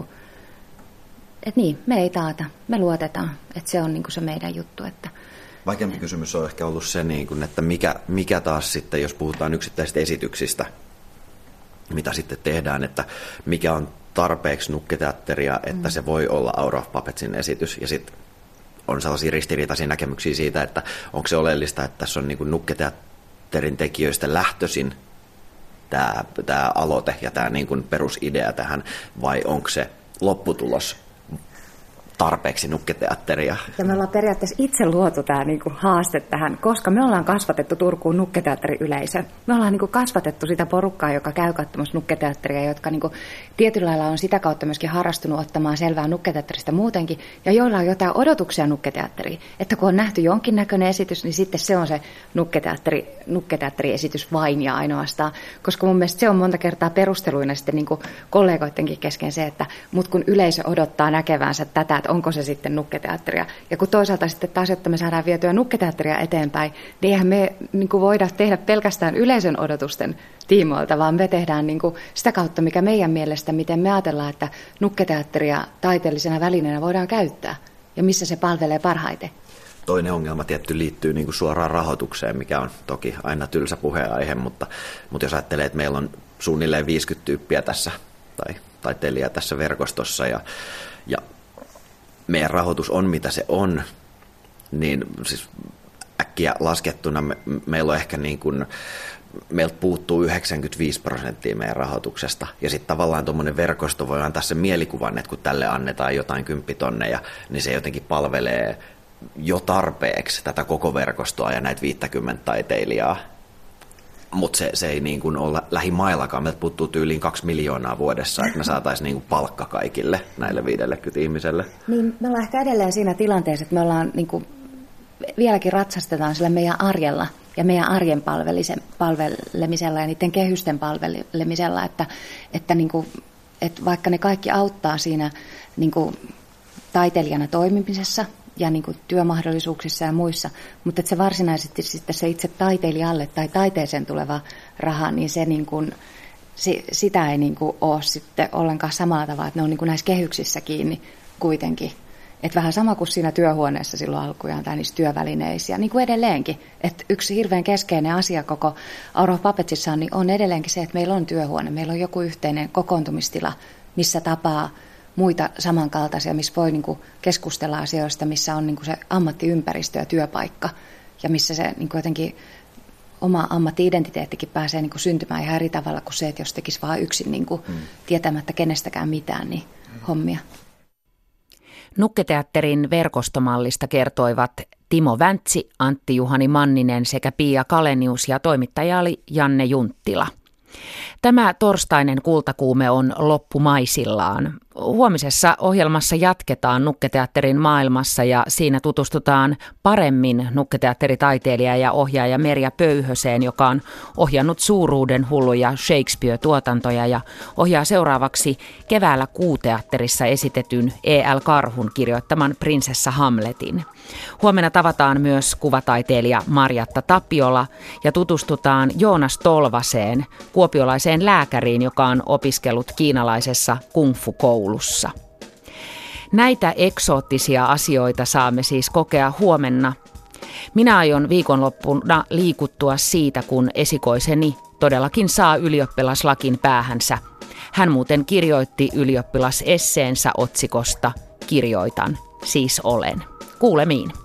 me ei taata, me luotetaan, että se on niinku se meidän juttu. Että vaikeampi kysymys on ehkä ollut se, että mikä taas sitten, jos puhutaan yksittäisistä esityksistä, mitä sitten tehdään, että mikä on tarpeeksi nukketeatteria, että se voi olla Hour of Puppetsin esitys. Ja sitten on sellaisia ristiriitaisia näkemyksiä siitä, että onko se oleellista, että tässä on niin kuin nukketeatterin tekijöistä lähtöisin tämä aloite ja tämä niin kuin perusidea tähän, vai onko se lopputulos tarpeeksi nukketeatteria. Ja me ollaan periaatteessa itse luotu tämä niinku haaste tähän, koska me ollaan kasvatettu Turkuun nukketeatteriyleisö. Me ollaan niinku kasvatettu sitä porukkaa, joka käy katsomassa nukketeatteria, jotka niinku tietyllä lailla on sitä kautta myöskin harrastunut ottamaan selvää nukketeatterista muutenkin, ja joilla on jotain odotuksia nukketeatteriin. Että kun on nähty jonkinnäköinen esitys, niin sitten se on se nukketeatteriesitys vain ja ainoastaan. Koska mun mielestä se on monta kertaa perusteluina sitten niinku kollegoidenkin kesken se, että mut kun yleisö odottaa näkevänsä tätä, että onko se sitten nukketeatteria. Ja kun toisaalta sitten taas, että me saadaan vietyä nukketeatteria eteenpäin, niin eihän me niin kuin voida tehdä pelkästään yleisön odotusten tiimoilta, vaan me tehdään niin kuin sitä kautta, mikä meidän mielestä, miten me ajatellaan, että nukketeatteria taiteellisena välineenä voidaan käyttää ja missä se palvelee parhaiten. Toinen ongelma tietty liittyy niin kuin suoraan rahoitukseen, mikä on toki aina tylsä puheenaihe, mutta jos ajattelee, että meillä on suunnilleen 50 tyyppiä tässä tai taiteilijaa tässä verkostossa ja meidän rahoitus on mitä se on, niin siis äkkiä laskettuna meillä on ehkä niin kuin, meiltä puuttuu 95% meidän rahoituksesta. Ja sitten tavallaan tuommoinen verkosto voi antaa sen mielikuvan, että kun tälle annetaan jotain 10 tonneja, niin se jotenkin palvelee jo tarpeeksi tätä koko verkostoa ja näitä 50 taiteilijaa. Mutta se ei niin kuin ole lähimaillakaan. Meiltä puuttuu tyyliin 2 miljoonaa vuodessa, että me saataisiin niin kuin palkka kaikille näille 50 ihmiselle. Niin, me ollaan ehkä edelleen siinä tilanteessa, että me ollaan niin kuin, vieläkin ratsastetaan sillä meidän arjella ja meidän arjen palvelemisella ja niiden kehysten palvelemisella, että, niin kuin, että vaikka ne kaikki auttaa siinä niin kuin, taiteilijana toimimisessa ja niin kuin työmahdollisuuksissa ja muissa, mutta että se varsinaisesti sitten se itse taiteilijalle tai taiteeseen tuleva raha, niin se niin kuin, sitä ei niin kuin ole sitten ollenkaan samalla tavalla, että ne on niin kuin näissä kehyksissä kiinni kuitenkin. Että vähän sama kuin siinä työhuoneessa silloin alkujaan tai niissä työvälineissä ja niin kuin edelleenkin. Että yksi hirveän keskeinen asia koko Hour of Puppetsissa niin on edelleenkin se, että meillä on työhuone, meillä on joku yhteinen kokoontumistila, missä tapaa muita samankaltaisia, missä voi niin kuin keskustella asioista, missä on niin kuin se ammattiympäristö ja työpaikka ja missä se niin kuin jotenkin oma ammatti-identiteettikin pääsee niin kuin syntymään ihan eri tavalla kuin se, että jos tekisi vaan yksin niin kuin tietämättä kenestäkään mitään, niin hommia. Nukketeatterin verkostomallista kertoivat Timo Väntsi, Antti-Juhani Manninen sekä Pia Kalenius ja toimittaja oli Janne Junttila. Tämä torstainen Kultakuume on loppumaisillaan. Huomisessa ohjelmassa jatketaan Nukketeatterin maailmassa ja siinä tutustutaan paremmin nukketeatteritaiteilija ja ohjaaja Merja Pöyhöseen, joka on ohjannut Suuruuden hulluja Shakespeare-tuotantoja ja ohjaa seuraavaksi keväällä Kuuteatterissa esitetyn E.L. Karhun kirjoittaman Prinsessa Hamletin. Huomenna tavataan myös kuvataiteilija Marjatta Tapiola ja tutustutaan Joonas Tolvaseen, kuopiolaiseen lääkäriin, joka on opiskellut kiinalaisessa kung-fu-koulussa. Näitä eksoottisia asioita saamme siis kokea huomenna. Minä aion viikonloppuna liikuttua siitä, kun esikoiseni todellakin saa ylioppilaslakin päähänsä. Hän muuten kirjoitti ylioppilasesseensä otsikosta "Kirjoitan, siis olen". Kuulemiin.